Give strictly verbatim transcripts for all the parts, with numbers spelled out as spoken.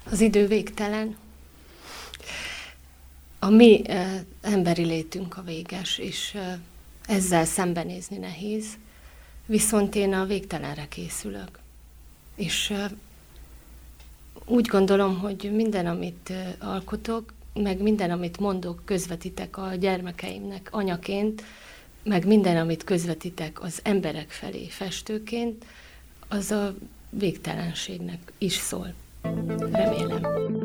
Az idő végtelen. A mi e, emberi létünk a véges, és e, ezzel szembenézni nehéz, viszont én a végtelenre készülök. És e, úgy gondolom, hogy minden, amit e, alkotok, meg minden, amit mondok, közvetítek a gyermekeimnek anyaként, meg minden, amit közvetítek az emberek felé festőként, az a végtelenségnek is szól. Remélem.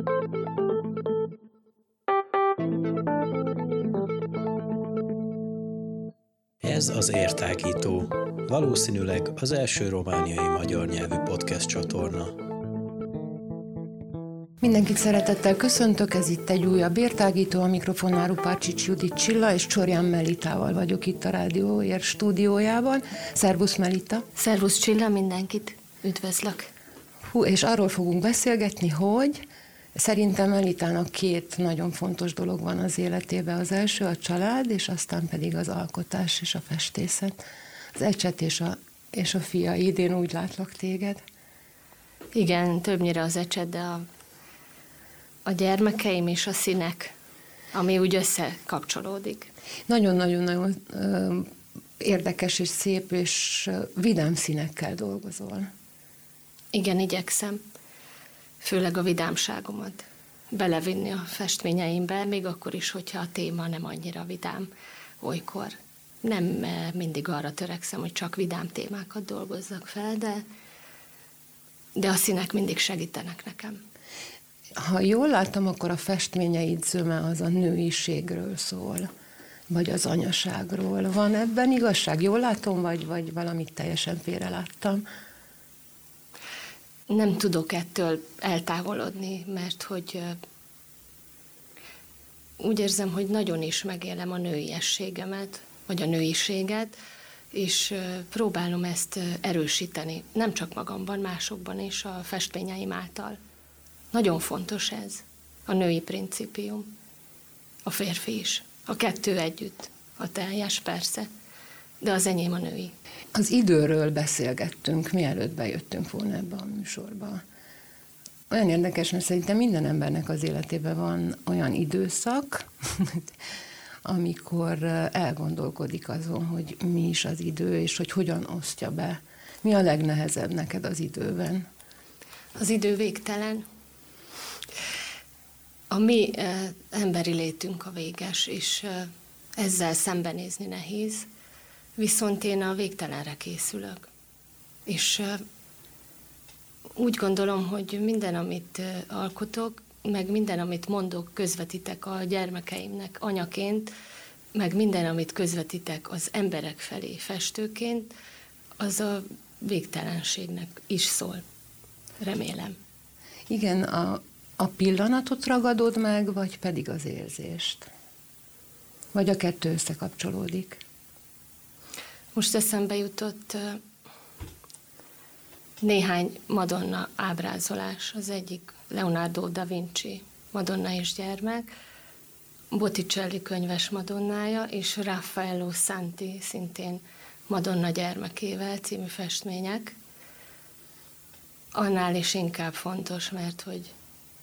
Ez az Értágító, valószínűleg az első romániai magyar nyelvű podcast csatorna. Mindenkit szeretettel köszöntök, ez itt egy újabb Értágító, a mikrofonnál Rupárcsics Judit Csilla, és Csorján Melitával vagyok itt a Rádióér stúdiójában. Szervusz Melita! Szervusz Csilla, mindenkit üdvözlök! Hú, és arról fogunk beszélgetni, hogy szerintem Melitának két nagyon fontos dolog van az életében. Az első a család, és aztán pedig az alkotás és a festészet. Az ecset és a, és a fiaid, én úgy látlak téged. Igen, többnyire az ecset, de a, a gyermekeim és a színek, ami úgy összekapcsolódik. Nagyon-nagyon-nagyon érdekes és szép és vidám színekkel dolgozol. Igen, igyekszem. Főleg a vidámságomat belevinni a festményeimbe, még akkor is, hogyha a téma nem annyira vidám olykor. Nem mindig arra törekszem, hogy csak vidám témákat dolgozzak fel, de, de a színek mindig segítenek nekem. Ha jól láttam, akkor a festményeid zöme az a nőiségről szól, vagy az anyaságról. Van ebben igazság? Jól látom, vagy, vagy valamit teljesen félreláttam? Nem tudok ettől eltávolodni, mert hogy úgy érzem, hogy nagyon is megélem a nőiességemet, vagy a nőiséget, és próbálom ezt erősíteni, nem csak magamban, másokban is, a festményeim által. Nagyon fontos ez, a női principium, a férfi is, a kettő együtt, a teljes persze, de az enyém a női. Az időről beszélgettünk, mielőtt bejöttünk volna ebbe a műsorba. Olyan érdekes, mert szerintem minden embernek az életében van olyan időszak, amikor elgondolkodik azon, hogy mi is az idő, és hogy hogyan osztja be. Mi a legnehezebb neked az időben? Az idő végtelen. A mi eh, emberi létünk a véges, és eh, ezzel szembenézni nehéz, viszont én a végtelenre készülök. És uh, úgy gondolom, hogy minden, amit uh, alkotok, meg minden, amit mondok, közvetítek a gyermekeimnek anyaként, meg minden, amit közvetítek az emberek felé festőként, az a végtelenségnek is szól. Remélem. Igen, a, a pillanatot ragadod meg, vagy pedig az érzést? Vagy a kettő összekapcsolódik? Most eszembe jutott uh, néhány Madonna ábrázolás. Az egyik Leonardo da Vinci Madonna és gyermek, Botticelli könyves Madonnája, és Raffaello Santi szintén Madonna gyermekével című festmények. Annál is inkább fontos, mert hogy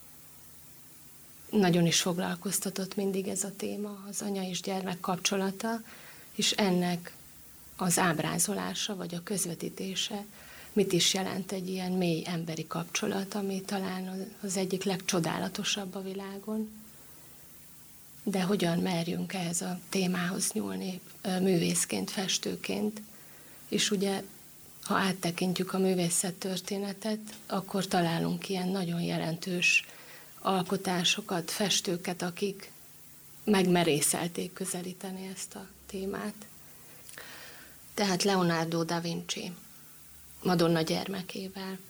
nagyon is foglalkoztatott mindig ez a téma, az anya és gyermek kapcsolata, és ennek az ábrázolása, vagy a közvetítése, mit is jelent egy ilyen mély emberi kapcsolat, ami talán az egyik legcsodálatosabb a világon. De hogyan merjünk ehhez a témához nyúlni művészként, festőként, és ugye, ha áttekintjük a művészet történetet, akkor találunk ilyen nagyon jelentős alkotásokat, festőket, akik megmerészelték közelíteni ezt a témát. Tehát Leonardo da Vinci, Madonna gyermekével.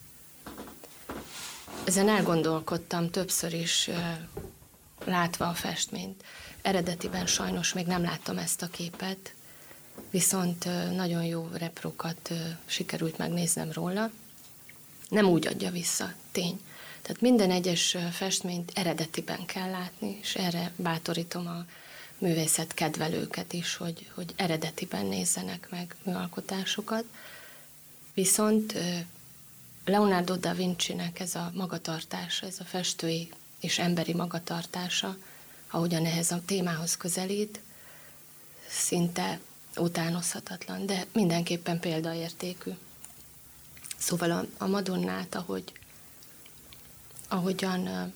Ezen elgondolkodtam többször is, látva a festményt. Eredetiben sajnos még nem láttam ezt a képet, viszont nagyon jó reprókat sikerült megnéznem róla. Nem úgy adja vissza, tény. Tehát minden egyes festményt eredetiben kell látni, és erre bátorítom a művészet kedvelőket is, hogy, hogy eredetiben nézzenek meg műalkotásokat. Viszont Leonardo da Vincinek ez a magatartása, ez a festői és emberi magatartása, ahogyan ehhez a témához közelít, szinte utánozhatatlan, de mindenképpen példaértékű. Szóval a, a Madonnát, ahogy, ahogyan uh,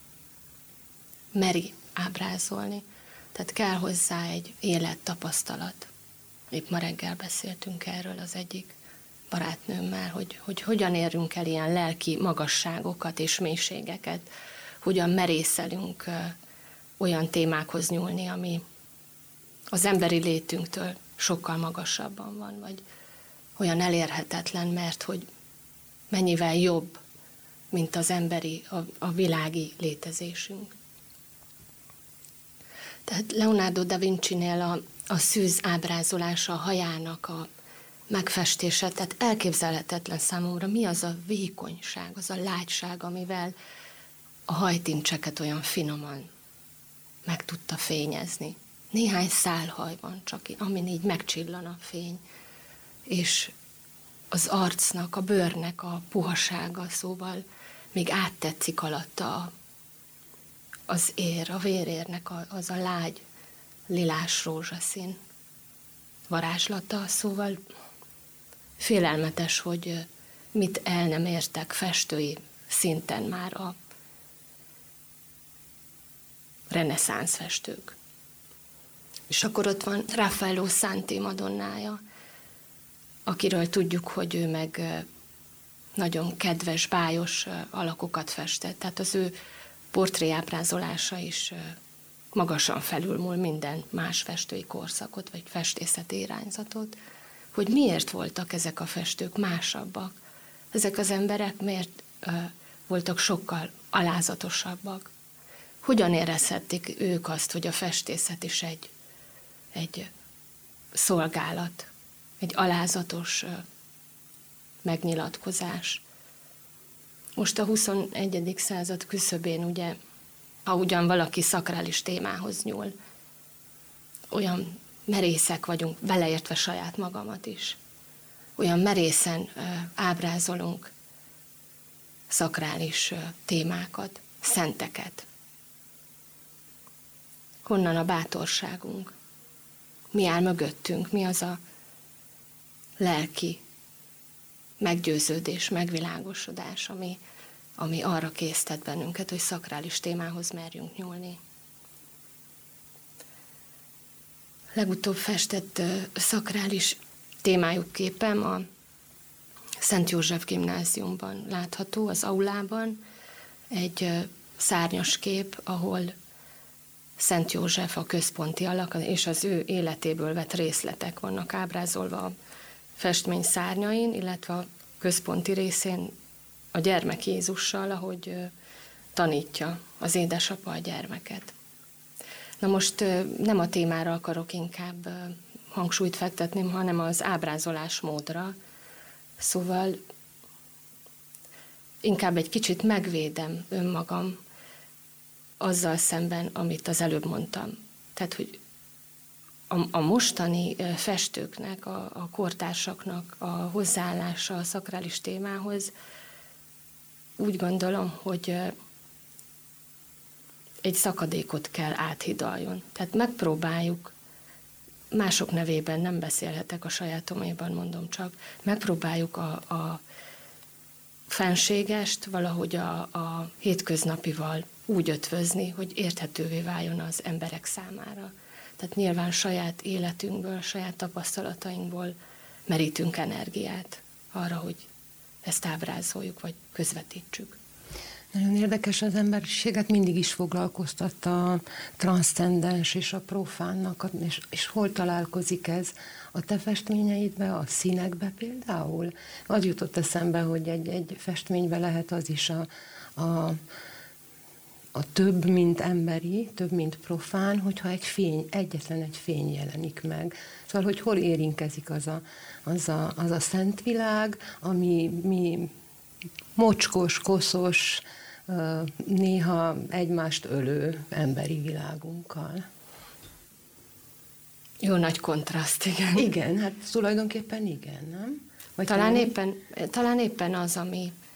meri ábrázolni, tehát kell hozzá egy élettapasztalat. Épp ma reggel beszéltünk erről az egyik barátnőmmel, hogy, hogy hogyan érünk el ilyen lelki magasságokat és mélységeket, hogyan merészelünk uh, olyan témákhoz nyúlni, ami az emberi létünktől sokkal magasabban van, vagy olyan elérhetetlen, mert hogy mennyivel jobb, mint az emberi, a, a világi létezésünk. Tehát Leonardo da Vincinél a, a szűz ábrázolása, a hajának a megfestése, tehát elképzelhetetlen számomra, mi az a vékonyság, az a lágyság, amivel a hajtincseket olyan finoman meg tudta fényezni. Néhány szálhaj van csak, amin így megcsillan a fény, és az arcnak, a bőrnek a puhasága, szóval még áttetszik alatta az ér, a vérérnek az a lágy, lilás rózsaszín varázslata, szóval félelmetes, hogy mit el nem értek festői szinten már a reneszánsz festők. És akkor ott van Raffaello Santi Madonnája, akiről tudjuk, hogy ő meg nagyon kedves, bájos alakokat festett. Tehát az ő portréábrázolása is magasan felülmúl minden más festői korszakot, vagy festészeti irányzatot. Hogy miért voltak ezek a festők másabbak? Ezek az emberek miért voltak sokkal alázatosabbak? Hogyan érezhették ők azt, hogy a festészet is egy egy szolgálat, egy alázatos megnyilatkozás. Most a huszonegyedik század küszöbén, ugye, ha ugyan valaki szakrális témához nyúl, olyan merészek vagyunk, beleértve saját magamat is. Olyan merészen ábrázolunk szakrális témákat, szenteket. Honnan a bátorságunk? Mi áll mögöttünk? Mi az a lelki meggyőződés, megvilágosodás, ami, ami arra késztet bennünket, hogy szakrális témához merjünk nyúlni? Legutóbb festett uh, szakrális témájú képem a Szent József gimnáziumban látható, az aulában. Egy uh, szárnyas kép, ahol Szent József a központi alak, és az ő életéből vett részletek vannak ábrázolva a festmény szárnyain, illetve a központi részén a gyermek Jézussal, ahogy tanítja az édesapa a gyermeket. Na most nem a témára akarok inkább hangsúlyt fektetni, hanem az ábrázolás módra. Szóval inkább egy kicsit megvédem önmagam azzal szemben, amit az előbb mondtam. Tehát, hogy a, a mostani festőknek, a, a kortársaknak a hozzáállása a szakrális témához úgy gondolom, hogy egy szakadékot kell áthidaljon. Tehát megpróbáljuk, mások nevében nem beszélhetek, a sajátoméban mondom csak, megpróbáljuk a, a fenségest valahogy a, a hétköznapival úgy ötvözni, hogy érthetővé váljon az emberek számára. Tehát nyilván saját életünkből, saját tapasztalatainkból merítünk energiát arra, hogy ezt ábrázoljuk, vagy közvetítsük. Nagyon érdekes, az emberiséget mindig is foglalkoztatta a transzcendens és a profánnak, és, és hol találkozik ez a te festményeidbe, a színekbe például? Az jutott eszembe, hogy egy, egy festménybe lehet az is a, a, a több, mint emberi, több, mint profán, hogyha egy fény, egyetlen egy fény jelenik meg. Szóval, hogy hol érinkezik az a, az a, az a szent világ, ami mi mocskos, koszos, néha egymást ölő emberi világunkkal. Jó nagy kontraszt, igen. Igen, hát tulajdonképpen igen, nem? Vagy talán, éppen, talán éppen az, ami,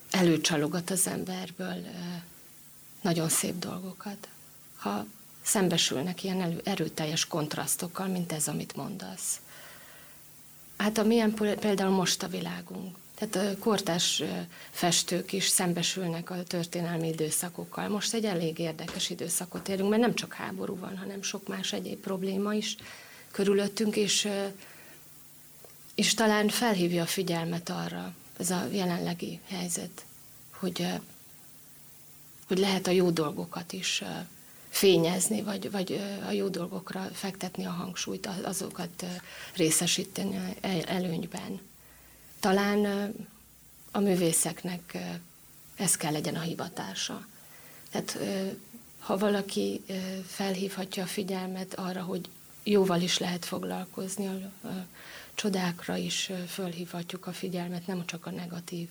előcsalogat az emberből nagyon szép dolgokat. Ha szembesülnek ilyen elő, erőteljes kontrasztokkal, mint ez, amit mondasz. Hát amilyen például most a világunk. Tehát a kortárs festők is szembesülnek a történelmi időszakokkal. Most egy elég érdekes időszakot élünk, mert nem csak háború van, hanem sok más egyéb probléma is körülöttünk, és, és talán felhívja a figyelmet arra, ez a jelenlegi helyzet, hogy, hogy lehet a jó dolgokat is fényezni, vagy, vagy a jó dolgokra fektetni a hangsúlyt, azokat részesíteni előnyben. Talán a művészeknek ez kell legyen a hivatása. Tehát ha valaki felhívhatja a figyelmet arra, hogy jóval is lehet foglalkozni, a, a csodákra is fölhívhatjuk a figyelmet, nem csak a negatív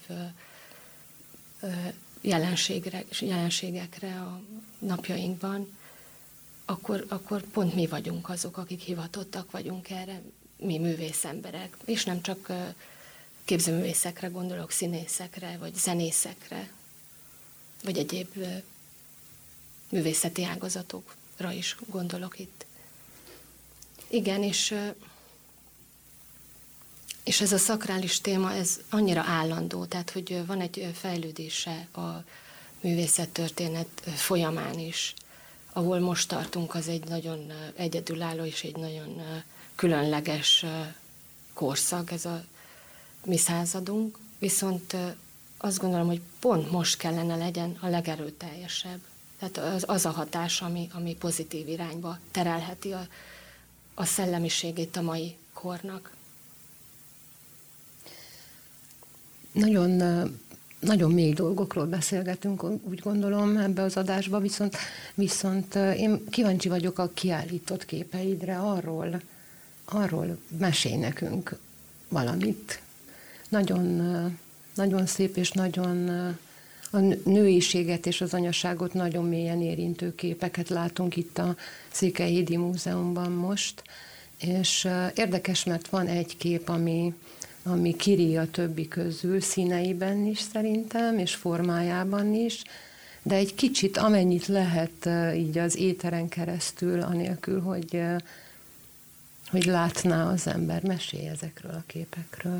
jelenségre, jelenségekre a napjainkban, akkor, akkor pont mi vagyunk azok, akik hivatottak vagyunk erre, mi művész emberek, és nem csak képzőművészekre gondolok, színészekre, vagy zenészekre, vagy egyéb művészeti ágazatokra is gondolok itt. Igen, és, és ez a szakrális téma, ez annyira állandó, tehát, hogy van egy fejlődése a művészettörténet folyamán is. Ahol most tartunk, az egy nagyon egyedülálló és egy nagyon különleges korszak, ez a mi századunk, viszont azt gondolom, hogy pont most kellene legyen a legerőteljesebb. Tehát az, az a hatás, ami, ami pozitív irányba terelheti a, a szellemiségét a mai kornak. Nagyon, nagyon mély dolgokról beszélgetünk, úgy gondolom, ebbe az adásba, viszont, viszont én kíváncsi vagyok a kiállított képeidre, arról, arról mesélj nekünk valamit. Nagyon, nagyon szép és nagyon a nőiséget és az anyaságot nagyon mélyen érintő képeket látunk itt a Székelyhídi Múzeumban most, és érdekes, mert van egy kép, ami, ami kirí a többi közül, színeiben is szerintem, és formájában is, de egy kicsit, amennyit lehet így az éteren keresztül, anélkül, hogy, hogy látná az ember. Mesélj ezekről a képekről.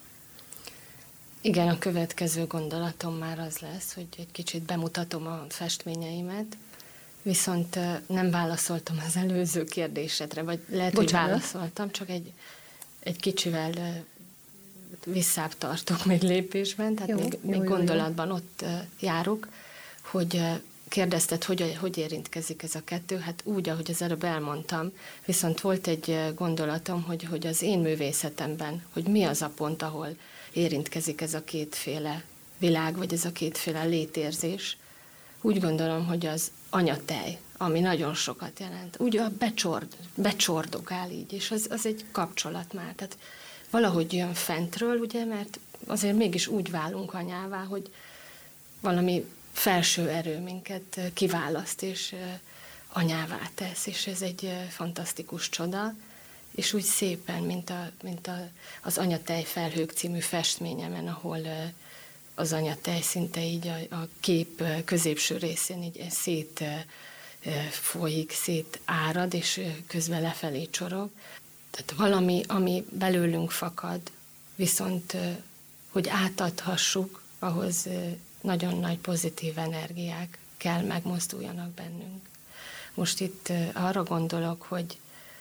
Igen, a következő gondolatom már az lesz, hogy egy kicsit bemutatom a festményeimet, viszont nem válaszoltam az előző kérdésedre, vagy lehet, Bocsánat. hogy válaszoltam, csak egy, egy kicsivel visszább tartok még lépésben, tehát jó, még, jó, még jó, gondolatban jó. ott járok, hogy kérdezted, hogy, hogy érintkezik ez a kettő, hát úgy, ahogy az előbb elmondtam, viszont volt egy gondolatom, hogy, hogy az én művészetemben, hogy mi az a pont, ahol érintkezik ez a kétféle világ, vagy ez a kétféle létérzés. Úgy gondolom, hogy az anyatej, ami nagyon sokat jelent, úgy a becsord, becsordogál így, és az, az egy kapcsolat már. Tehát valahogy jön fentről, ugye, mert azért mégis úgy válunk anyává, hogy valami felső erő minket kiválaszt, és anyává tesz, és ez egy fantasztikus csoda, és úgy szépen, mint, a, mint a, az Anyatej felhők című festményemen, ahol az anyatej szinte így a, a kép középső részén így szét folyik, szét árad, és közben lefelé csorog. Tehát valami, ami belőlünk fakad, viszont hogy átadhassuk, ahhoz nagyon nagy pozitív energiák kell megmozduljanak bennünk. Most itt arra gondolok, hogy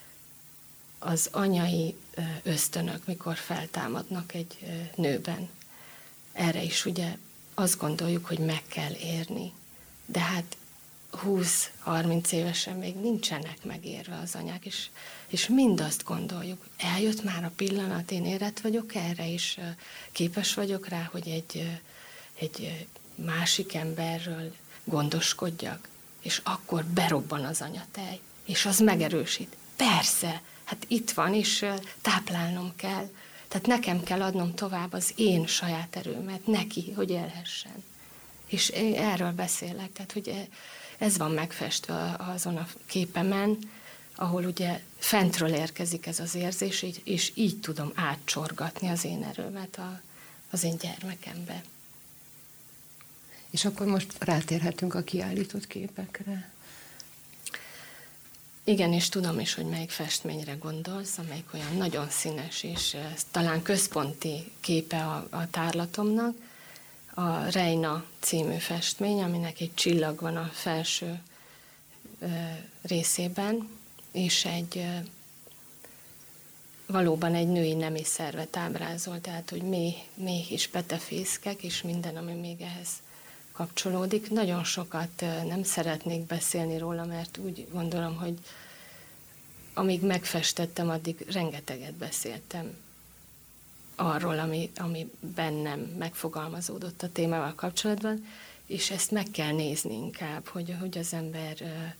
az anyai ösztönök, mikor feltámadnak egy nőben, erre is ugye azt gondoljuk, hogy meg kell érni. De hát húsz-harminc évesen még nincsenek megérve az anyák, és, és mindazt gondoljuk. Eljött már a pillanat, én érett vagyok erre, és képes vagyok rá, hogy egy, egy másik emberről gondoskodjak, és akkor berobban az anyatej, és az megerősít. Persze, hát itt van, és táplálnom kell. Tehát nekem kell adnom tovább az én saját erőmet neki, hogy élhessen. És erről beszélek, tehát hogy ez van megfestve azon a képemen, ahol ugye fentről érkezik ez az érzés, és így tudom átcsorgatni az én erőmet a, az én gyermekembe. És akkor most rátérhetünk a kiállított képekre. Igen, és tudom is, hogy melyik festményre gondolsz, amelyik olyan nagyon színes, és talán központi képe a, a tárlatomnak. A Reina című festmény, aminek egy csillag van a felső ö, részében, és egy ö, valóban egy női nemi szervet ábrázol, tehát hogy méh, méh és petefészkek, és minden, ami még ehhez kapcsolódik. Nagyon sokat nem szeretnék beszélni róla, mert úgy gondolom, hogy amíg megfestettem, addig rengeteget beszéltem arról, ami, ami bennem megfogalmazódott a témával kapcsolatban, és ezt meg kell nézni inkább, hogy, hogy az ember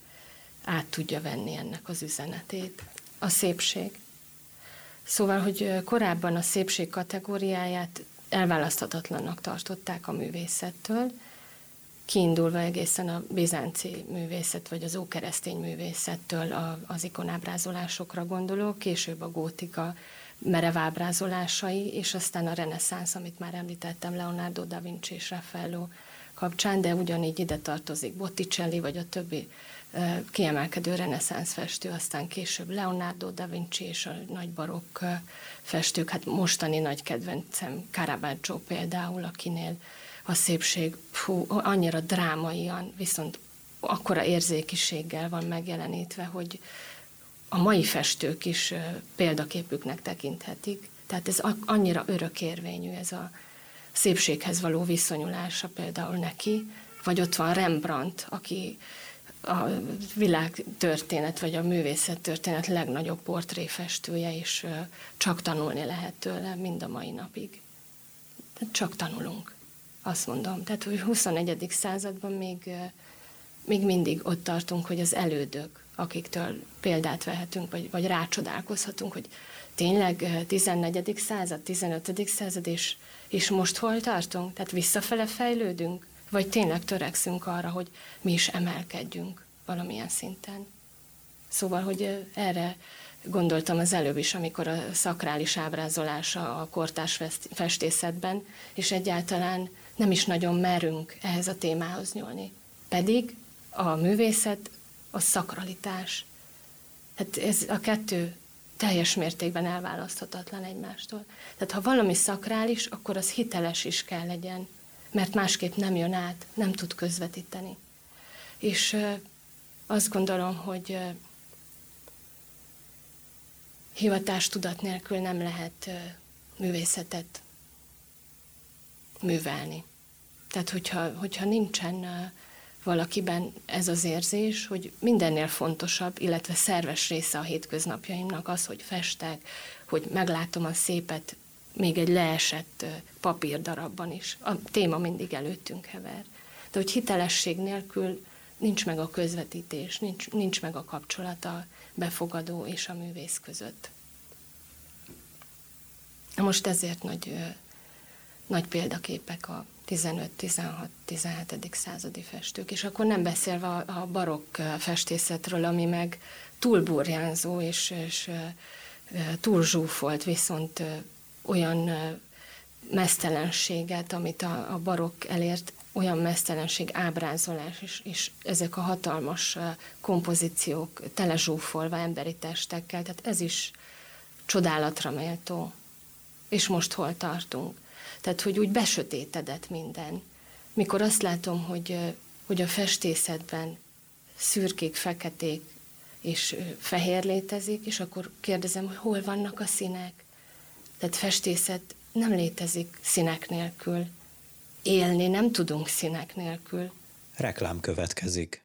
át tudja venni ennek az üzenetét. A szépség. Szóval, hogy korábban a szépség kategóriáját elválaszthatatlannak tartották a művészettől, kiindulva egészen a bizánci művészet, vagy az ókeresztény művészettől az ikonábrázolásokra gondolok, később a gótika merev ábrázolásai, és aztán a reneszánsz, amit már említettem, Leonardo da Vinci és Raffaello kapcsán, de ugyanígy ide tartozik Botticelli, vagy a többi kiemelkedő reneszánsz festő, aztán később Leonardo da Vinci és a nagy barokk festők, hát mostani nagy kedvencem Caravaggio például, akinél a szépség fú, annyira drámaian, viszont akkora érzékiséggel van megjelenítve, hogy a mai festők is példaképüknek tekinthetik. Tehát ez annyira örökérvényű, ez a szépséghez való viszonyulása például neki, vagy ott van Rembrandt, aki a világtörténet, vagy a művészettörténet legnagyobb portréfestője, és csak tanulni lehet tőle mind a mai napig. Tehát csak tanulunk, azt mondom. Tehát, hogy huszonegyedik században még, még mindig ott tartunk, hogy az elődök, akiktől példát vehetünk, vagy, vagy rácsodálkozhatunk, hogy tényleg tizennegyedik század, tizenötödik század, és, és most hol tartunk? Tehát visszafele fejlődünk? Vagy tényleg törekszünk arra, hogy mi is emelkedjünk valamilyen szinten? Szóval, hogy erre gondoltam az előbb is, amikor a szakrális ábrázolása a kortárs festészetben, és egyáltalán nem is nagyon merünk ehhez a témához nyúlni. Pedig a művészet a szakralitás. Hát ez a kettő teljes mértékben elválaszthatatlan egymástól. Tehát ha valami szakrális, akkor az hiteles is kell legyen, mert másképp nem jön át, nem tud közvetíteni. És uh, azt gondolom, hogy uh, hivatástudat nélkül nem lehet uh, művészetet művelni. Tehát, hogyha, hogyha nincsen uh, valakiben ez az érzés, hogy mindennél fontosabb, illetve szerves része a hétköznapjaimnak az, hogy festek, hogy meglátom a szépet, még egy leesett papírdarabban is. A téma mindig előttünk hever. De hogy hitelesség nélkül nincs meg a közvetítés, nincs, nincs meg a kapcsolat a befogadó és a művész között. Most ezért nagy, nagy példaképek a tizenöt, tizenhat, tizenhetedik századi festők, és akkor nem beszélve a, a barokk festészetről, ami meg túl burjánzó és, és túl zsúfolt, viszont olyan meztelenséget, amit a, a barokk elért, olyan meztelenség, ábrázolás, és, és ezek a hatalmas kompozíciók telezsúfolva emberi testekkel, tehát ez is csodálatra méltó. És most hol tartunk? Tehát, hogy úgy besötétedett minden. Mikor azt látom, hogy, hogy a festészetben szürkék, feketék és fehér létezik, és akkor kérdezem, hogy hol vannak a színek? Tehát festészet nem létezik színek nélkül. Élni nem tudunk színek nélkül. Reklám következik.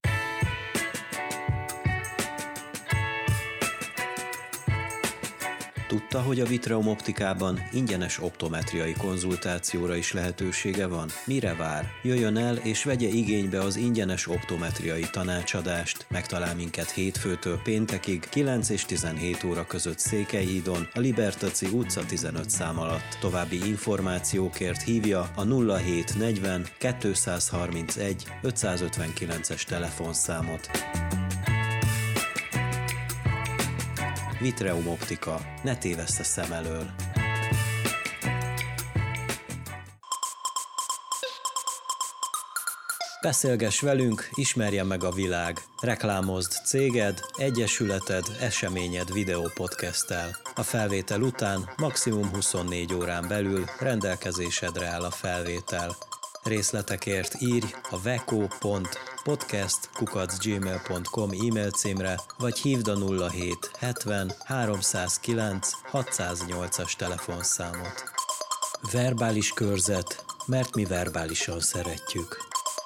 Tudta, hogy a Vitreum Optikában ingyenes optometriai konzultációra is lehetősége van? Mire vár? Jöjjön el és vegye igénybe az ingyenes optometriai tanácsadást. Megtalál minket hétfőtől péntekig, kilenc és tizenhét óra között Székelyhídon, a Libertaci utca tizenöt szám alatt. További információkért hívja a nulla hét negyven kétszázharmincegy ötszázötvenkilences telefonszámot. Vitreum Optika. Ne tévessz a szem elől! Beszélgess velünk, ismerjen meg a világ. Reklámozd céged, egyesületed, eseményed videópodcasttel. A felvétel után maximum huszonnégy órán belül rendelkezésedre áll a felvétel. Részletekért írj a veko pont podcast kukac gmail pont com e-mail címre, vagy hívd a nulla hét hetven háromszázkilenc hatszáznyolcas telefonszámot. Verbális körzet, mert mi verbálisan szeretjük.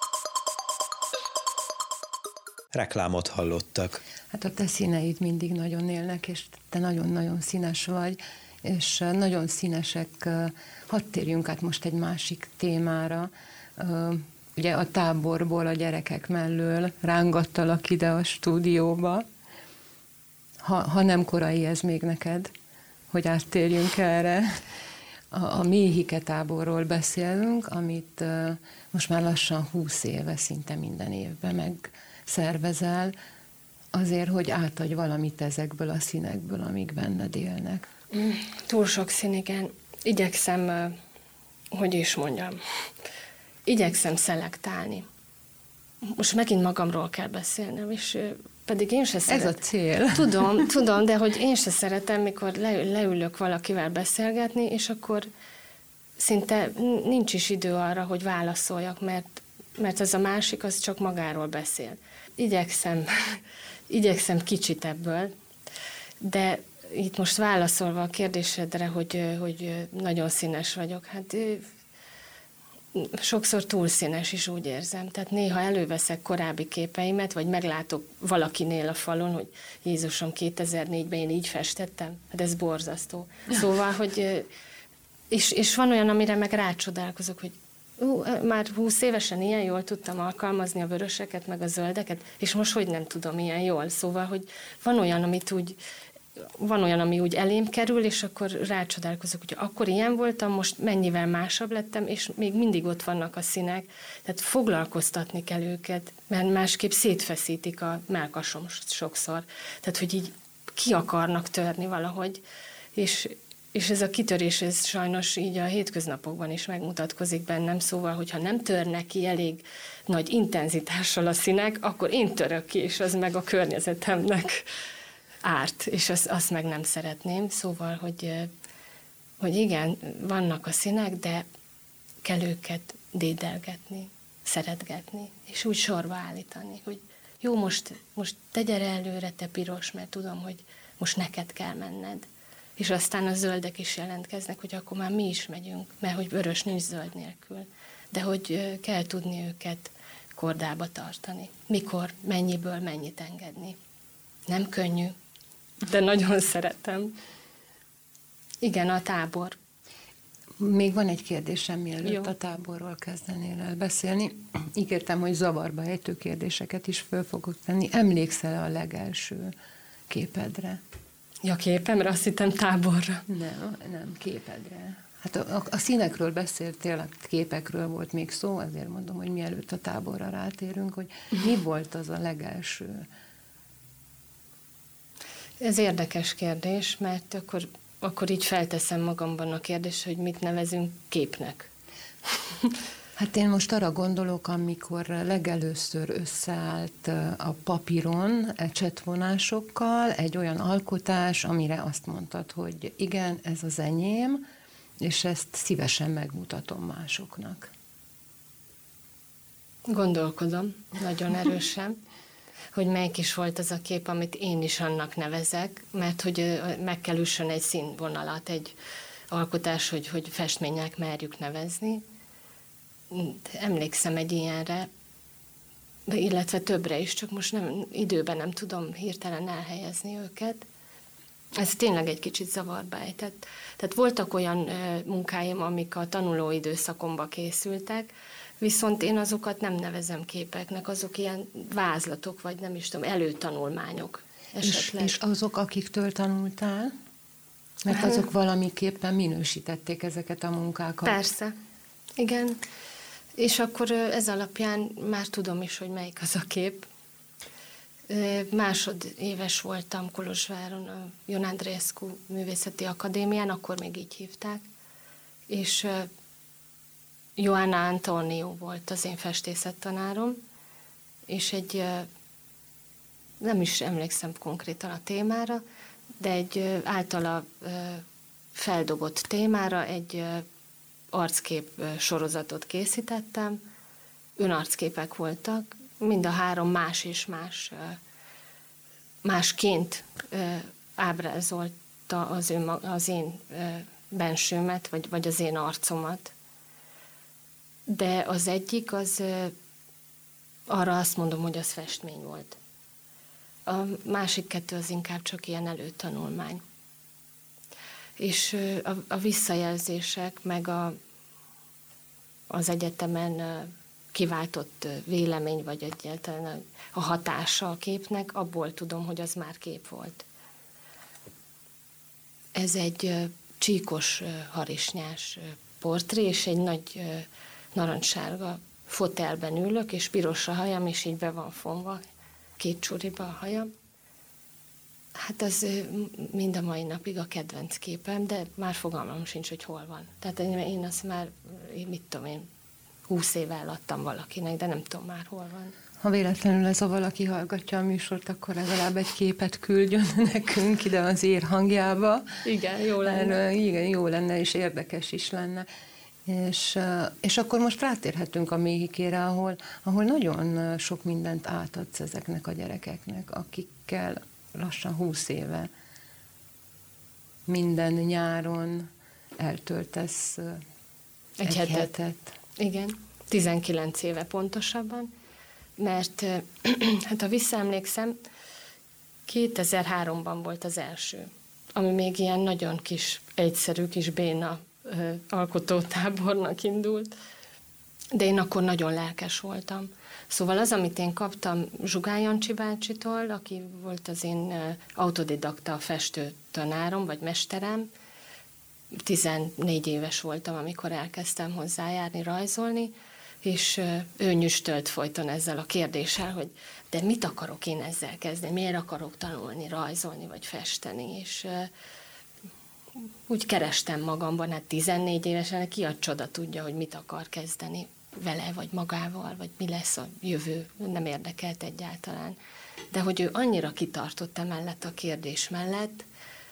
Reklámot hallottak. Hát a te színeid mindig nagyon élnek, és te nagyon-nagyon színes vagy, és nagyon színesek. Hadd térjünk át most egy másik témára. Ugye a táborból a gyerekek mellől rángattalak ide a stúdióba. Ha, ha nem korai ez még neked, hogy áttérjünk erre. A, a Méhike táborról beszélünk, amit most már lassan húsz éve szinte minden évben megszervezel, azért, hogy átadj valamit ezekből a színekből, amik benned élnek. Mm, túl sok szín, igen. Igyekszem, hogy is mondjam, igyekszem szelektálni. Most megint magamról kell beszélnem, és pedig én se szeretem. Ez a cél. Tudom, tudom, de hogy én se szeretem, mikor le, leülök valakivel beszélgetni, és akkor szinte nincs is idő arra, hogy válaszoljak, mert, mert az a másik, az csak magáról beszél. Igyekszem, igyekszem kicsit ebből, de itt most válaszolva a kérdésedre, hogy, hogy nagyon színes vagyok, hát sokszor túl színes is, úgy érzem. Tehát néha előveszek korábbi képeimet, vagy meglátok valakinél a falon, hogy Jézusom, kétezer-négyben én így festettem. Hát ez borzasztó. Szóval, hogy és, és van olyan, amire meg rácsodálkozok, hogy ú, már húsz évesen ilyen jól tudtam alkalmazni a vöröseket, meg a zöldeket, és most hogy nem tudom ilyen jól. Szóval, hogy van olyan, amit úgy van olyan, ami úgy elém kerül, és akkor rácsodálkozok, hogy akkor ilyen voltam, most mennyivel másabb lettem, és még mindig ott vannak a színek. Tehát foglalkoztatni kell őket, mert másképp szétfeszítik a mellkasom sokszor. Tehát, hogy így ki akarnak törni valahogy. És, és ez a kitörés, ez sajnos így a hétköznapokban is megmutatkozik bennem, szóval, hogyha nem törnek ki elég nagy intenzitással a színek, akkor én török ki, és az meg a környezetemnek árt, és azt, azt meg nem szeretném. Szóval, hogy, hogy igen, vannak a színek, de kell őket dédelgetni, szeretgetni, és úgy sorba állítani, hogy jó, most, most te gyere előre, te piros, mert tudom, hogy most neked kell menned. És aztán a zöldek is jelentkeznek, hogy akkor már mi is megyünk, mert hogy vörös nincs zöld nélkül. De hogy kell tudni őket kordába tartani. Mikor, mennyiből mennyit engedni. Nem könnyű, de nagyon szeretem. Igen, a tábor. Még van egy kérdésem, mielőtt Jó. a táborról kezdenél el beszélni. Ígértem, hogy zavarba ejtő kérdéseket is föl fogok tenni. Emlékszel a legelső képedre? Ja, képemre, azt hittem táborra. Nem, nem, képedre. Hát a, a, a színekről beszéltél, a képekről volt még szó, azért mondom, hogy mielőtt a táborra rátérünk, hogy mi volt az a legelső? Ez érdekes kérdés, mert akkor, akkor így felteszem magamban a kérdést, hogy mit nevezünk képnek. Hát én most arra gondolok, amikor legelőször összeállt a papíron ecsetvonásokkal egy olyan alkotás, amire azt mondtad, hogy igen, ez az enyém, és ezt szívesen megmutatom másoknak. Gondolkodom nagyon erősen, hogy melyik is volt az a kép, amit én is annak nevezek, mert hogy meg kell üssön egy színvonalat, egy alkotás, hogy, hogy festménynek merjük nevezni. Emlékszem egy ilyenre, illetve többre is, csak most nem, időben nem tudom hirtelen elhelyezni őket. Ez tényleg egy kicsit zavarba ejtett. Tehát voltak olyan munkáim, amik a tanulóidőszakomba készültek, viszont én azokat nem nevezem képeknek, azok ilyen vázlatok, vagy nem is tudom, előtanulmányok esetleg. És, és azok, akiktől tanultál? Mert azok valamiképpen minősítették ezeket a munkákat. Persze, igen. És akkor ez alapján már tudom is, hogy melyik az a kép. Másodéves voltam Kolozsváron, a Jon Andreescu Művészeti Akadémián, akkor még így hívták, és Joanna Antonio volt az én festészettanárom, és egy, nem is emlékszem konkrétan a témára, de egy általa feldobott témára egy arckép sorozatot készítettem. Önarcképek voltak, mind a három más és más, másként ábrázolta az, ön, az én bensőmet, vagy, vagy az én arcomat. De az egyik, az arra azt mondom, hogy az festmény volt. A másik kettő az inkább csak ilyen előtanulmány. És a, a visszajelzések, meg a, az egyetemen kiváltott vélemény, vagy egyáltalán a hatása a képnek, abból tudom, hogy az már kép volt. Ez egy csíkos, harisnyás portré, és egy nagy narancssárga fotelben ülök, és piros a hajam, és így be van fonva, két csuriba a hajam. Hát az mind a mai napig a kedvenc képem, de már fogalmam sincs, hogy hol van. Tehát én azt már, mit tudom én, húsz éve eladtam valakinek, de nem tudom már, hol van. Ha véletlenül ez a valaki hallgatja a műsort, akkor legalább egy képet küldjön nekünk ide az ér hangjába. Igen, jó lenne. Igen, jó lenne, és érdekes is lenne. És, és akkor most rátérhetünk a Méhikére, ahol, ahol nagyon sok mindent átadsz ezeknek a gyerekeknek, akikkel lassan húsz éve minden nyáron eltöltesz egy, egy hetet. hetet. Igen, tizenkilenc éve pontosabban, mert hát ha visszaemlékszem, kétezer-háromban volt az első, ami még ilyen nagyon kis, egyszerű kis béna ö, alkotótábornak indult, de én akkor nagyon lelkes voltam. Szóval az, amit én kaptam Zsugály Jancsi bácsitól, aki volt az én autodidakta festő tanárom, vagy mesterem, tizennégy éves voltam, amikor elkezdtem hozzájárni, rajzolni, és ő nyüstölt folyton ezzel a kérdéssel, hogy de mit akarok én ezzel kezdeni, miért akarok tanulni, rajzolni, vagy festeni, és úgy kerestem magamban, hát tizennégy évesen ki a csoda tudja, hogy mit akar kezdeni vele, vagy magával, vagy mi lesz a jövő, nem érdekelt egyáltalán. De hogy ő annyira kitartott emellett a kérdés mellett,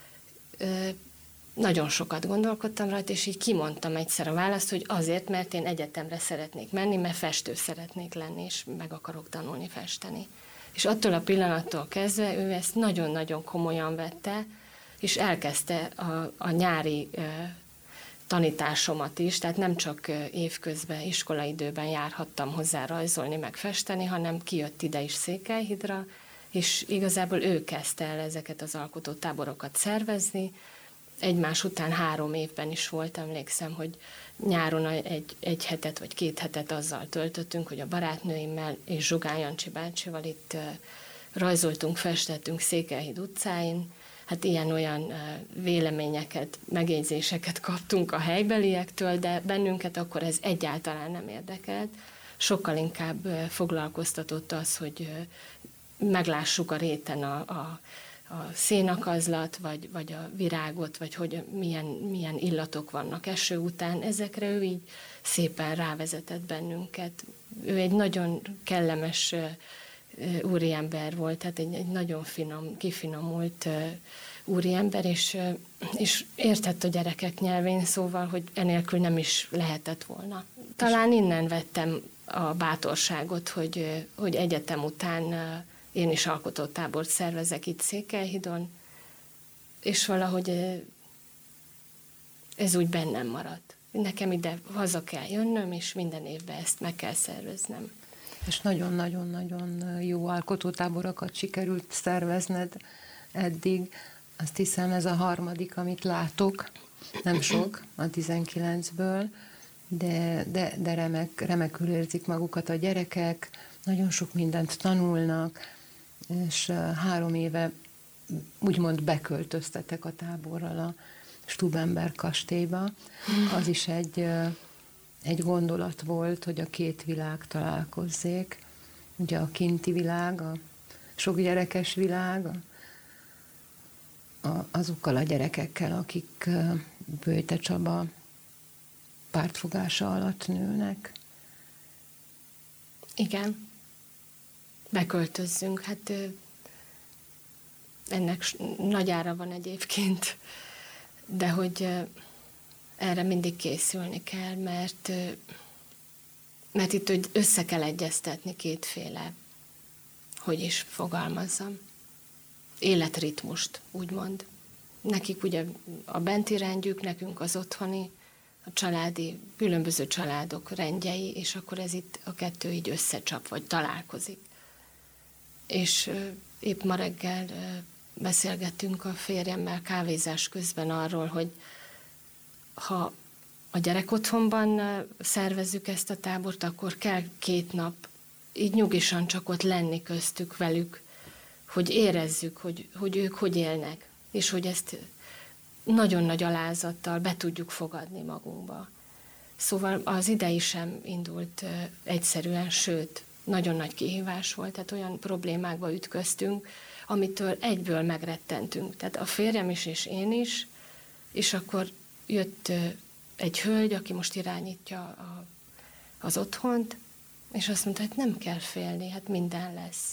nagyon sokat gondolkodtam rajta, és így kimondtam egyszer a választ, hogy azért, mert én egyetemre szeretnék menni, mert festő szeretnék lenni, és meg akarok tanulni festeni. És attól a pillanattól kezdve ő ezt nagyon-nagyon komolyan vette, és elkezdte a, a nyári uh, tanításomat is, tehát nem csak uh, évközben, iskolaidőben járhattam hozzá rajzolni, meg festeni, hanem kijött ide is Székelyhidra, és igazából ő kezdte el ezeket az alkotótáborokat szervezni. Egymás után három évben is volt, emlékszem, hogy nyáron egy, egy hetet vagy két hetet azzal töltöttünk, hogy a barátnőimmel és Zsugály Jancsi bácsival itt uh, rajzoltunk, festettünk Székelyhíd utcáin. Hát ilyen-olyan uh, véleményeket, megjegyzéseket kaptunk a helybeliektől, de bennünket akkor ez egyáltalán nem érdekelt. Sokkal inkább uh, foglalkoztatott az, hogy uh, meglássuk a réten a, a a szénakazlat, vagy, vagy a virágot, vagy hogy milyen, milyen illatok vannak eső után, ezekre ő így szépen rávezetett bennünket. Ő egy nagyon kellemes uh, úriember volt, tehát egy, egy nagyon finom, kifinomult uh, úriember, és, uh, és értett a gyerekek nyelvén, szóval, hogy enélkül nem is lehetett volna. Talán innen vettem a bátorságot, hogy, uh, hogy egyetem után uh, én is alkotótábort szervezek itt Székelyhidon, és valahogy ez úgy bennem maradt. Nekem ide haza kell jönnöm, és minden évben ezt meg kell szerveznem. És nagyon-nagyon-nagyon jó alkotótáborokat sikerült szervezned eddig. Azt hiszem, ez a harmadik, amit látok, nem sok a tizenkilencből, de, de, de remek, remekül érzik magukat a gyerekek, nagyon sok mindent tanulnak, és három éve úgymond beköltöztetek a táborral a Stubenberg kastélyba. Az is egy, egy gondolat volt, hogy a két világ találkozzék. Ugye a kinti világ, a sok gyerekes világ, a, azokkal a gyerekekkel, akik Böjte Csaba pártfogása alatt nőnek. Igen. Beköltözzünk. Hát ennek nagy ára van egyébként, de hogy erre mindig készülni kell, mert, mert itt hogy össze kell egyeztetni kétféle, hogy is fogalmazzam, életritmust, úgymond. Nekik ugye a benti rendjük, nekünk az otthoni, a családi, különböző családok rendjei, és akkor ez itt a kettő így összecsap, vagy találkozik. És épp ma reggel beszélgettünk a férjemmel kávézás közben arról, hogy ha a gyerek otthonban szervezzük ezt a tábort, akkor kell két nap így nyugisan csak ott lenni köztük velük, hogy érezzük, hogy, hogy ők hogy élnek, és hogy ezt nagyon nagy alázattal be tudjuk fogadni magunkba. Szóval az idei sem indult egyszerűen, sőt, nagyon nagy kihívás volt, tehát olyan problémákba ütköztünk, amitől egyből megrettentünk. Tehát a férjem is, és én is, és akkor jött egy hölgy, aki most irányítja a, az otthont, és azt mondta, hogy nem kell félni, hát minden lesz.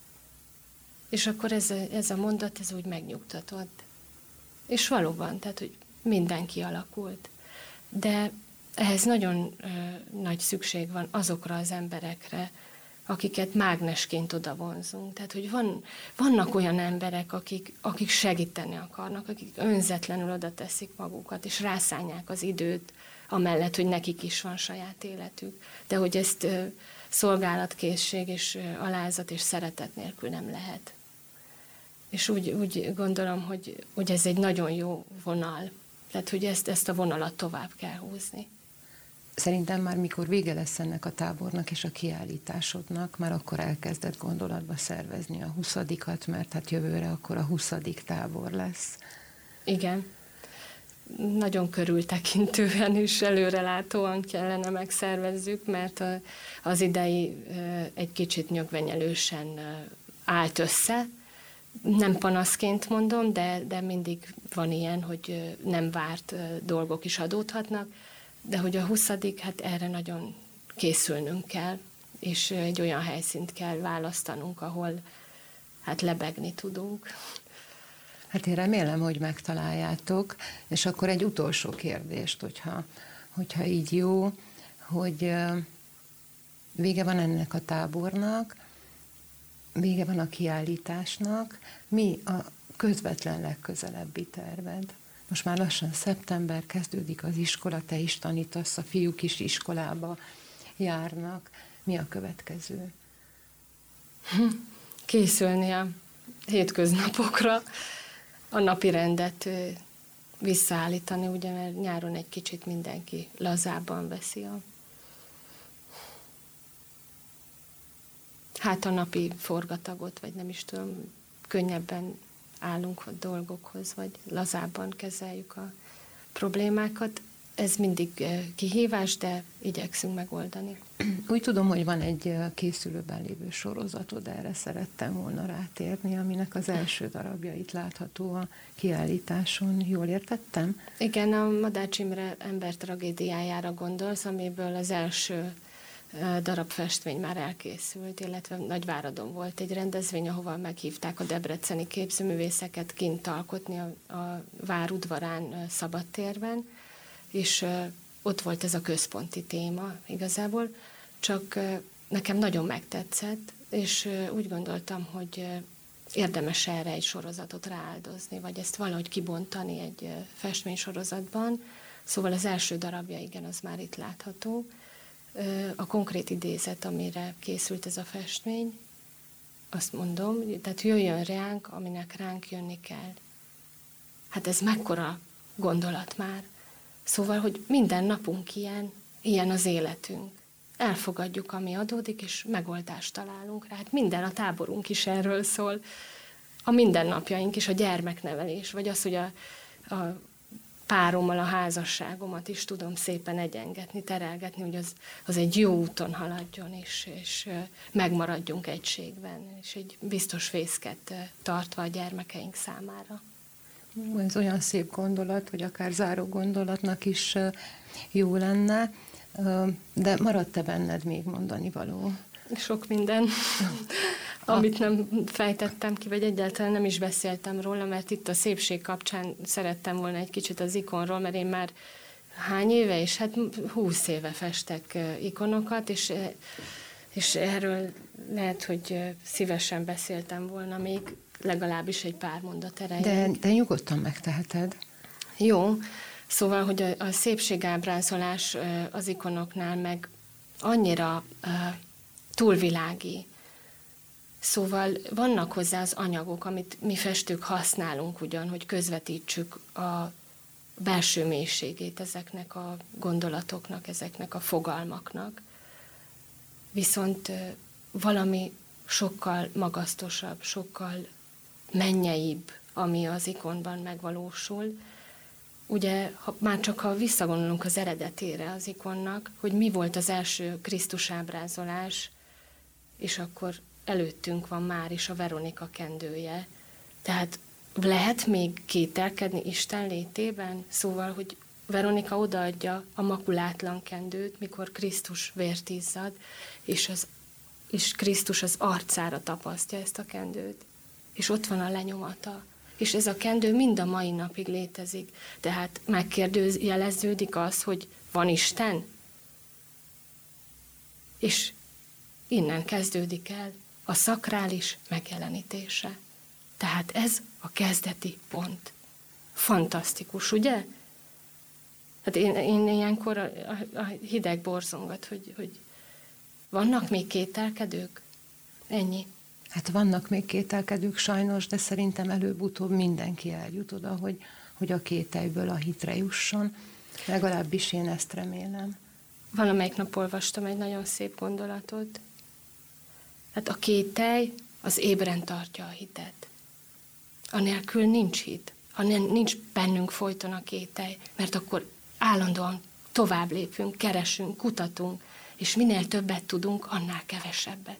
És akkor ez a, ez a mondat, ez úgy megnyugtatott. És valóban, tehát, hogy minden kialakult. De ehhez nagyon ö, nagy szükség van azokra az emberekre, akiket mágnesként oda vonzunk. Tehát, hogy van, vannak olyan emberek, akik, akik segíteni akarnak, akik önzetlenül oda teszik magukat, és rászánják az időt, amellett, hogy nekik is van saját életük. De hogy ezt ö, szolgálatkészség és ö, alázat és szeretet nélkül nem lehet. És úgy, úgy gondolom, hogy, hogy ez egy nagyon jó vonal. Tehát, hogy ezt, ezt a vonalat tovább kell húzni. Szerintem már mikor vége lesz ennek a tábornak és a kiállításodnak, már akkor elkezdett gondolatba szervezni a huszadikat, mert hát jövőre akkor a huszadik tábor lesz. Igen. Nagyon körültekintően és előrelátóan kellene megszervezzük, mert a, az idei egy kicsit nyögvenyelősen állt össze. Nem panaszként mondom, de, de mindig van ilyen, hogy nem várt dolgok is adódhatnak, de hogy a huszadik, hát erre nagyon készülnünk kell, és egy olyan helyszínt kell választanunk, ahol hát lebegni tudunk. Hát én remélem, hogy megtaláljátok, és akkor egy utolsó kérdést, hogyha, hogyha így jó, hogy vége van ennek a tábornak, vége van a kiállításnak, mi a közvetlen legközelebbi terved? Most már lassan szeptember, kezdődik az iskola, te is tanítasz, a fiúk is iskolába járnak. Mi a következő? Készülni a hétköznapokra, a napi rendet visszaállítani, ugye, mert nyáron egy kicsit mindenki lazábban veszi a hát a napi forgatagot, vagy nem is tudom, könnyebben állunk a dolgokhoz, vagy lazábban kezeljük a problémákat. Ez mindig kihívás, de igyekszünk megoldani. Úgy tudom, hogy van egy készülőben lévő sorozatod, erre szerettem volna rátérni, aminek az első darabjait látható a kiállításon. Jól értettem? Igen, a Madács Imre ember tragédiájára gondolsz, amiből az első darab festmény már elkészült, illetve Nagyváradon volt egy rendezvény, ahova meghívták a debreceni képzőművészeket kint alkotni a, a vár udvarán, szabadtérben, és ott volt ez a központi téma igazából, csak nekem nagyon megtetszett, és úgy gondoltam, hogy érdemes erre egy sorozatot rááldozni, vagy ezt valahogy kibontani egy festménysorozatban. Szóval az első darabja, igen, az már itt látható. A konkrét idézet, amire készült ez a festmény, azt mondom, tehát jöjjön ránk, aminek ránk jönni kell. Hát ez mekkora gondolat már. Szóval, hogy minden napunk ilyen, ilyen az életünk. Elfogadjuk, ami adódik, és megoldást találunk rá. Hát minden, a táborunk is erről szól. A mindennapjaink is, a gyermeknevelés, vagy az, hogy a, a párommal a házasságomat is tudom szépen egyengetni, terelgetni, hogy az, az egy jó úton haladjon, és, és megmaradjunk egységben, és egy biztos fészket tartva a gyermekeink számára. ez olyan szép gondolat, hogy akár záró gondolatnak is jó lenne, de maradt-e benned még mondani való? Sok minden, amit nem fejtettem ki, vagy egyáltalán nem is beszéltem róla, mert itt a szépség kapcsán szerettem volna egy kicsit az ikonról, mert én már hány éve, és hát húsz éve festek ikonokat, és, és erről lehet, hogy szívesen beszéltem volna még legalábbis egy pár mondat erejéig. De, de nyugodtan megteheted. Jó, szóval, hogy a, a szépségábrázolás az ikonoknál meg annyira uh, túlvilági. Szóval vannak hozzá az anyagok, amit mi festők használunk ugyan, hogy közvetítsük a belső mélységét ezeknek a gondolatoknak, ezeknek a fogalmaknak. Viszont uh, valami sokkal magasztosabb, sokkal mennyeibb, ami az ikonban megvalósul. Ugye, ha, már csak ha visszagondolunk az eredetére az ikonnak, hogy mi volt az első Krisztus ábrázolás, és akkor előttünk van már is a Veronika kendője. Tehát lehet még kételkedni Isten létében? Szóval, hogy Veronika odaadja a makulátlan kendőt, mikor Krisztus vért izzad, és, az, és Krisztus az arcára tapasztja ezt a kendőt. És ott van a lenyomata. És ez a kendő mind a mai napig létezik. Tehát megkérdőjeleződik az, hogy van Isten? És innen kezdődik el a szakrális megjelenítése. Tehát ez a kezdeti pont. Fantasztikus, ugye? Hát én, én ilyenkor a, a, a hideg borzongat, hogy, hogy vannak még kételkedők? Ennyi. Hát vannak még kételkedők sajnos, de szerintem előbb-utóbb mindenki eljut oda, hogy, hogy a kételyből a hitre jusson. Legalábbis én ezt remélem. Valamelyik nap olvastam egy nagyon szép gondolatot. Hát a kételj az ébren tartja a hitet. Anélkül nincs hit. Ha nincs bennünk folyton a kételj, mert akkor állandóan tovább lépünk, keresünk, kutatunk, és minél többet tudunk, annál kevesebbet.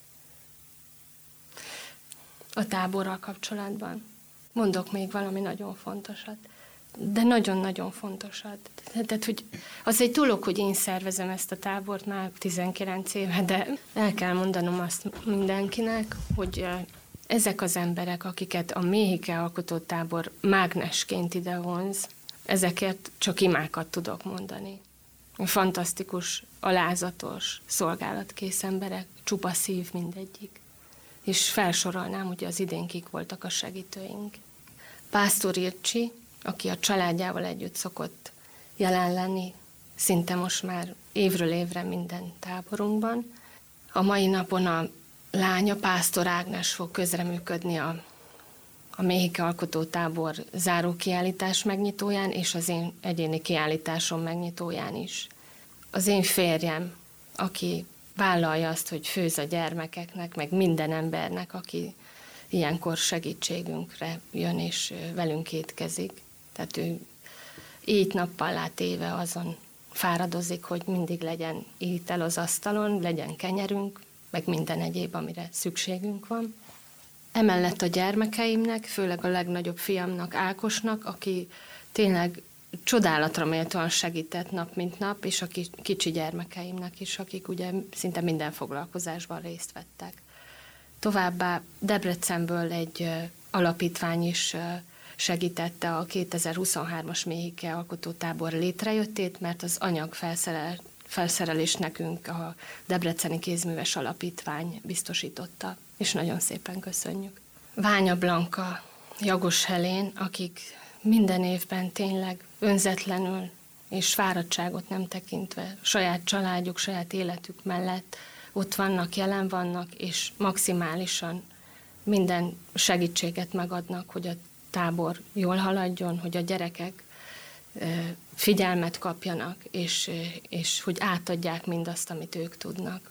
A táborral kapcsolatban mondok még valami nagyon fontosat, de nagyon-nagyon fontosat. Tehát, hogy az egy dolog, hogy én szervezem ezt a tábort már tizenkilenc éve, de el kell mondanom azt mindenkinek, hogy ezek az emberek, akiket a Méhike Alkotó Tábor mágnesként idevonz, ezekért csak imákat tudok mondani. Fantasztikus, alázatos, szolgálatkész emberek, csupa szív mindegyik. És felsorolnám, hogy az idén kik voltak a segítőink. Pásztor Ircsi, aki a családjával együtt szokott jelen lenni, szinte most már évről évre minden táborunkban. A mai napon a lánya, Pásztor Ágnes fog közreműködni a, a Méhike Alkotó Tábor záró kiállítás megnyitóján, és az én egyéni kiállításom megnyitóján is. Az én férjem, aki vállalja azt, hogy főz a gyermekeknek, meg minden embernek, aki ilyenkor segítségünkre jön és velünk étkezik. Tehát ő így nappal látéve azon fáradozik, hogy mindig legyen étel az asztalon, legyen kenyerünk, meg minden egyéb, amire szükségünk van. Emellett a gyermekeimnek, főleg a legnagyobb fiamnak, Ákosnak, aki tényleg csodálatra méltóan segített nap, mint nap, és a kicsi gyermekeimnek is, akik ugye szinte minden foglalkozásban részt vettek. Továbbá Debrecenből egy alapítvány is segítette a kétezer-huszonhármas Méhike Alkotó Tábor létrejöttét, mert az anyag felszerel, felszerelés nekünk a Debreceni Kézműves Alapítvány biztosította, és nagyon szépen köszönjük. Ványa Blanka, Jagos Helén, akik minden évben tényleg önzetlenül és fáradtságot nem tekintve saját családjuk, saját életük mellett ott vannak, jelen vannak, és maximálisan minden segítséget megadnak, hogy a tábor jól haladjon, hogy a gyerekek figyelmet kapjanak, és, és hogy átadják mindazt, amit ők tudnak.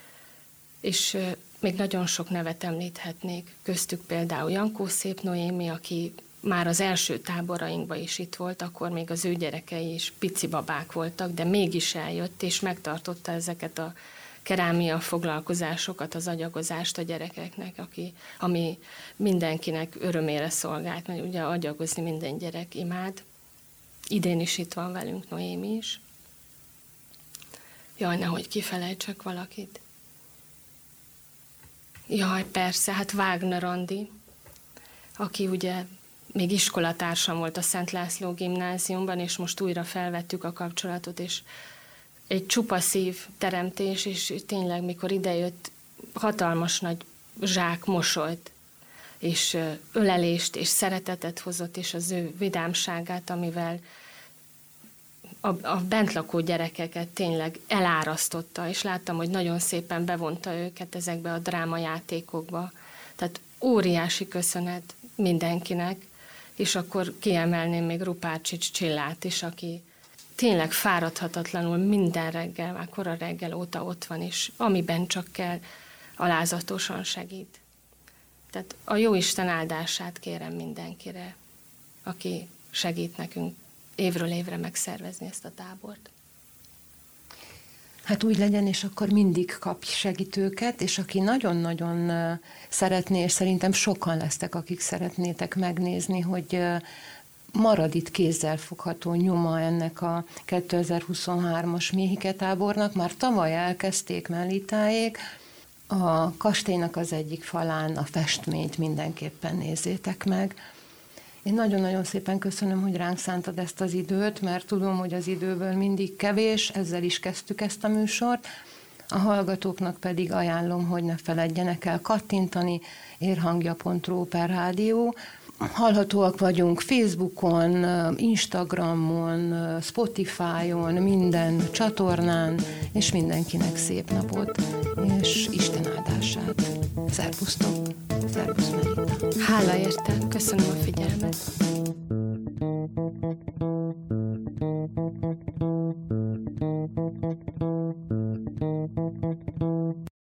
És még nagyon sok nevet említhetnék, köztük például Jankó Szép Noémi, aki már az első táborainkban is itt volt, akkor még az ő gyerekei is pici babák voltak, de mégis eljött, és megtartotta ezeket a kerámia foglalkozásokat, az agyagozást a gyerekeknek, aki, ami mindenkinek örömére szolgált, mert ugye agyagozni minden gyerek imád. Idén is itt van velünk Noémi is. Jaj, nehogy kifelejtsek valakit. Jaj, persze, hát Wagner Andi, aki ugye még iskolatársam volt a Szent László gimnáziumban, és most újra felvettük a kapcsolatot, és egy csupa szív teremtés, és tényleg, mikor idejött, hatalmas nagy zsák mosolyt, és ölelést, és szeretetet hozott, és az ő vidámságát, amivel a, a bentlakó gyerekeket tényleg elárasztotta, és láttam, hogy nagyon szépen bevonta őket ezekbe a drámajátékokba. Tehát óriási köszönet mindenkinek, és akkor kiemelném még Rupárcsics Csillát is, aki tényleg fáradhatatlanul minden reggel, már kora reggel óta ott van, és amiben csak kell, alázatosan segít. Tehát a Jóisten áldását kérem mindenkire, aki segít nekünk évről évre megszervezni ezt a tábort. Hát úgy legyen, és akkor mindig kap segítőket, és aki nagyon-nagyon szeretné, és szerintem sokan lesztek, akik szeretnétek megnézni, hogy marad itt kézzelfogható nyoma ennek a kétezer-huszonhármas Méhike tábornak. Már tavaly elkezdték Mellitáék, a kastélynak az egyik falán a festményt mindenképpen nézzétek meg. Én nagyon-nagyon szépen köszönöm, hogy ránk szántad ezt az időt, mert tudom, hogy az időből mindig kevés, ezzel is kezdtük ezt a műsort. A hallgatóknak pedig ajánlom, hogy ne feledjenek el kattintani, érhangja pont ru per rádió. Hallhatóak vagyunk Facebookon, Instagramon, Spotify-on, minden csatornán, és mindenkinek szép napot, és Isten áldását. Szervusztok! Szervusz, Melita! Hála érte, köszönöm a figyelmet!